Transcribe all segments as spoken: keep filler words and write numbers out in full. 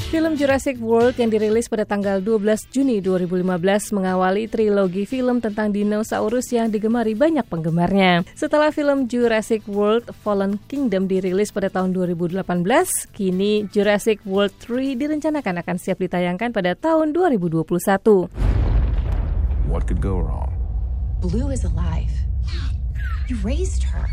Film Jurassic World yang dirilis pada tanggal dua belas Juni dua ribu lima belas mengawali trilogi film tentang dinosaurus yang digemari banyak penggemarnya. Setelah film Jurassic World Fallen Kingdom dirilis pada tahun dua ribu delapan belas, kini Jurassic World tiga direncanakan akan siap ditayangkan pada tahun dua ribu dua puluh satu. What could go wrong? Blue is alive. You raised her.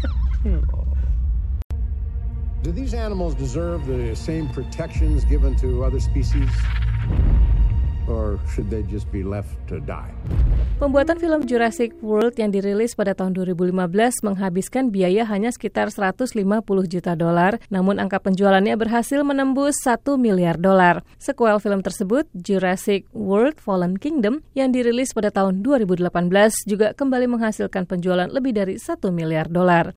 Do these animals deserve the same protections given to other species? Or should they just be left to die? Pembuatan film Jurassic World yang dirilis pada tahun dua ribu lima belas menghabiskan biaya hanya sekitar seratus lima puluh juta dolar, namun angka penjualannya berhasil menembus satu miliar dolar. Sequel film tersebut, Jurassic World Fallen Kingdom, yang dirilis pada tahun dua ribu delapan belas juga kembali menghasilkan penjualan lebih dari satu miliar dolar.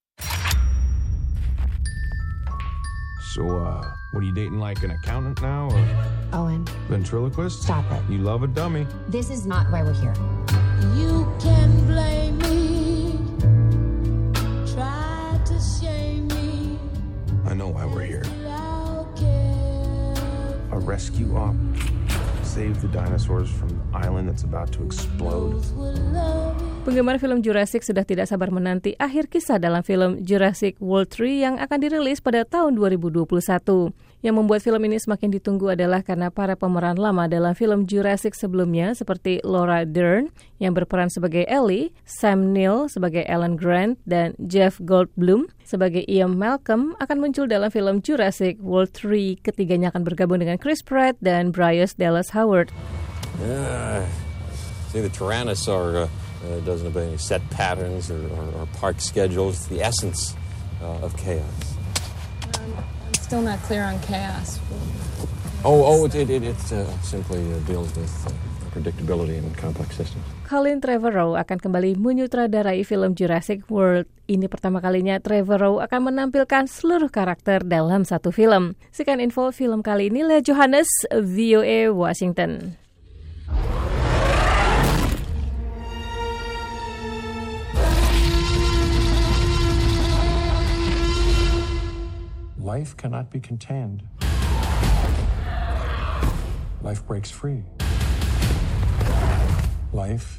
So, uh, what are you dating, like an accountant now, or Owen, ventriloquist? stop it. You love a dummy. This is not why we're here. You can blame me, try to shame me, I know why we're here. I'll care. A rescue op. Save the dinosaurs from the island that's about to explode. Those who love me. Penggemar film Jurassic sudah tidak sabar menanti akhir kisah dalam film Jurassic World tiga yang akan dirilis pada tahun dua ribu dua puluh satu. Yang membuat film ini semakin ditunggu adalah karena para pemeran lama dalam film Jurassic sebelumnya seperti Laura Dern yang berperan sebagai Ellie, Sam Neill sebagai Alan Grant, dan Jeff Goldblum sebagai Ian Malcolm akan muncul dalam film Jurassic World tiga. Ketiganya akan bergabung dengan Chris Pratt dan Bryce Dallas Howard. Yeah, see the Tyrannosaur uh, uh, doesn't obey any set patterns or, or, or park schedules. It's the essence uh, of chaos. I'm still not clear on chaos. Oh, oh, it it, it, it uh, simply uh, deals with uh, predictability in complex systems. Colin Trevorrow akan kembali menyutradarai film Jurassic World. Ini pertama kalinya Trevorrow akan menampilkan seluruh karakter dalam satu film. Sekian info film kali ini, Lea Johannes, V O A Washington. Life cannot be contained. Life breaks free. Life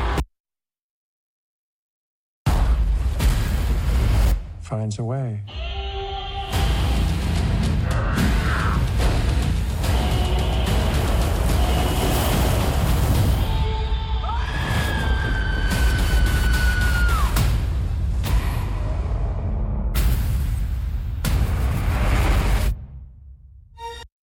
finds a way.